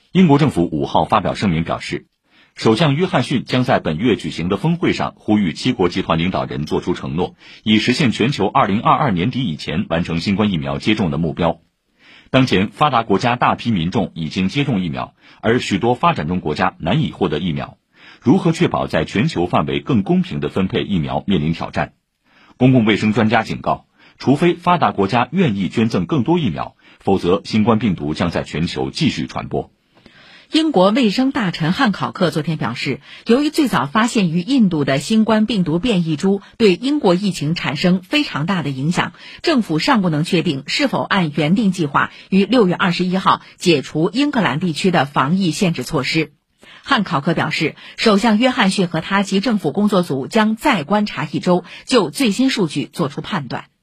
英国政府5号发表声明表示，首相约翰逊将在本月举行的峰会上呼吁7国集团领导人作出承诺，以实现全球2022年底以前完成新冠疫苗接种的目标。当前发达国家大批民众已经接种疫苗，而许多发展中国家难以获得疫苗，如何确保在全球范围更公平地分配疫苗面临挑战。公共卫生专家警告，除非发达国家愿意捐赠更多疫苗，否则新冠病毒将在全球继续传播。 英国卫生大臣汉考克昨天表示，由于最早发现于印度的新冠病毒变异株对英国疫情产生非常大的影响，政府尚不能确定是否按原定计划于6月21号解除英格兰地区的防疫限制措施。汉考克表示，首相约翰逊和他及政府工作组将再观察1周，就最新数据作出判断。